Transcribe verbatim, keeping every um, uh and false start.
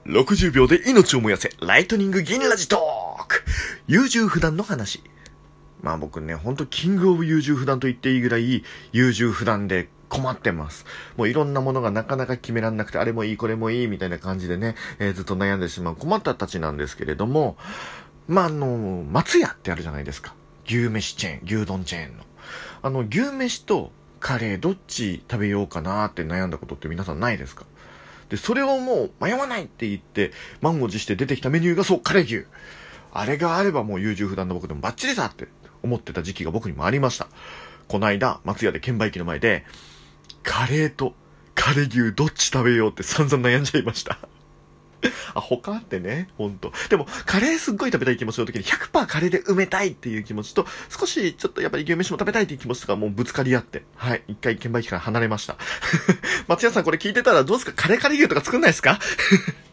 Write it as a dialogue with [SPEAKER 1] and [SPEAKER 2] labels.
[SPEAKER 1] ろくじゅうびょうで命を燃やせ、ライトニング銀ラジトーク。優柔不断の話。まあ僕ね、ほんとキングオブ優柔不断と言っていいぐらい優柔不断で困ってます。もういろんなものがなかなか決めらんなくて、あれもいいこれもいいみたいな感じでね、えー、ずっと悩んでしまう困ったたちなんですけれども、まああの松屋ってあるじゃないですか。牛飯チェーン、牛丼チェーンのあの牛飯とカレーどっち食べようかなって悩んだことって皆さんないですか？で、それをもう迷わないって言って満を持して出てきたメニューがそう、カレー牛。あれがあればもう優柔不断の僕でもバッチリさって思ってた時期が僕にもありました。こないだ松屋で券売機の前でカレーとカレー牛どっち食べようって散々悩んじゃいましたあ、他ってね、ほんと。でも、カレーすっごい食べたい気持ちの時に ひゃくパーセント カレーで埋めたいっていう気持ちと、少しちょっとやっぱり牛飯も食べたいっていう気持ちとかもうぶつかり合って、はい、一回券売機から離れました。松屋さんこれ聞いてたらどうですか？カレーカレー牛とか作んないですか